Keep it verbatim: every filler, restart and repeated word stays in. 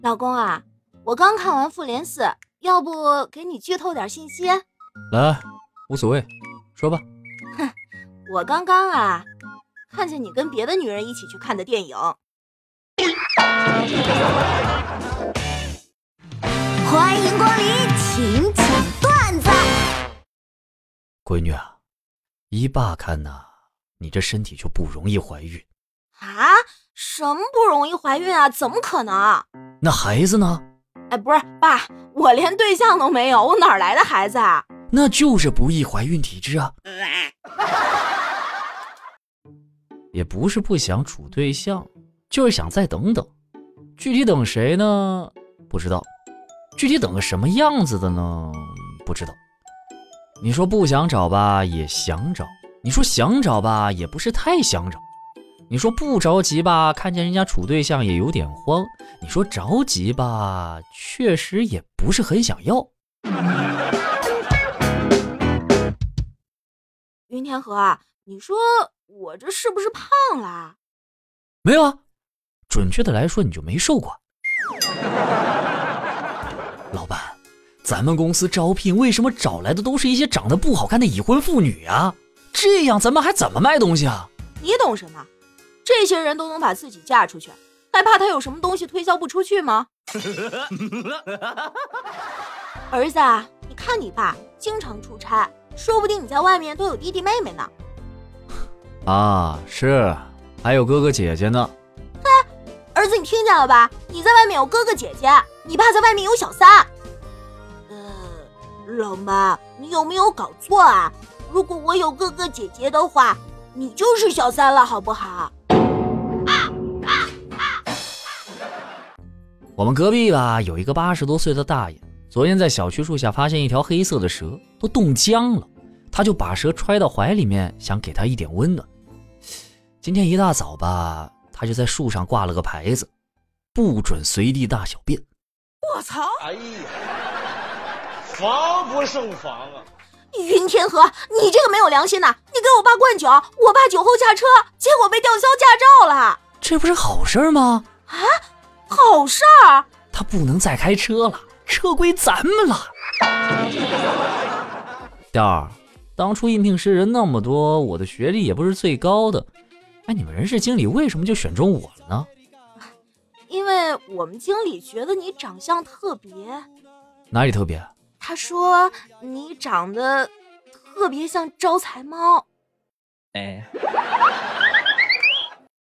老公啊，我刚看完复联四，要不给你剧透点信息？ 来，无所谓，说吧。 哼，我刚刚啊看见你跟别的女人一起去看的电影。 欢迎光临请讲段子。 闺女啊，依爸看呐，你这身体就不容易怀孕啊？什么不容易怀孕啊？怎么可能？ 那孩子呢？ 哎，不是爸，我连对象都没有，我哪来的孩子啊？ 那就是不易怀孕体质啊。也不是不想处对象，就是想再等等。具体等谁呢？不知道。具体等个什么样子的呢？不知道。你说不想找吧，也想找；你说想找吧，也不是太想找；你说不着急吧，看见人家处对象也有点慌；你说着急吧，确实也不是很想要。 云天河啊，你说我这是不是胖了？ 没有啊，准确的来说，你就没瘦过。老板，咱们公司招聘为什么找来的都是一些长得不好看的已婚妇女啊？这样咱们还怎么卖东西啊？ 你懂什么？这些人都能把自己嫁出去，还怕他有什么东西推销不出去吗？儿子啊，你看你爸经常出差，说不定你在外面都有弟弟妹妹呢。 啊，是，还有哥哥姐姐呢。 嘿，儿子你听见了吧？你在外面有哥哥姐姐，你爸在外面有小三。呃，老妈，你有没有搞错啊？如果我有哥哥姐姐的话，你就是小三了，好不好？ 我们隔壁吧有一个八十多岁的大爷，昨天在小区树下发现一条黑色的蛇，都冻僵了，他就把蛇揣到怀里面，想给他一点温暖。今天一大早吧，他就在树上挂了个牌子，不准随地大小便。 我操！ 哎呀，防不胜防啊！ 云天河，你这个没有良心的，你给我爸灌酒，我爸酒后驾车，结果被吊销驾照了。 这不是好事吗？ 啊，好事儿！ 他不能再开车了，车归咱们了。调儿，当初应聘师人那么多，我的学历也不是最高的，哎，你们人事经理为什么就选中我了呢？ 因为我们经理觉得你长相特别。 哪里特别？ 他说你长得特别像招财猫。 哎。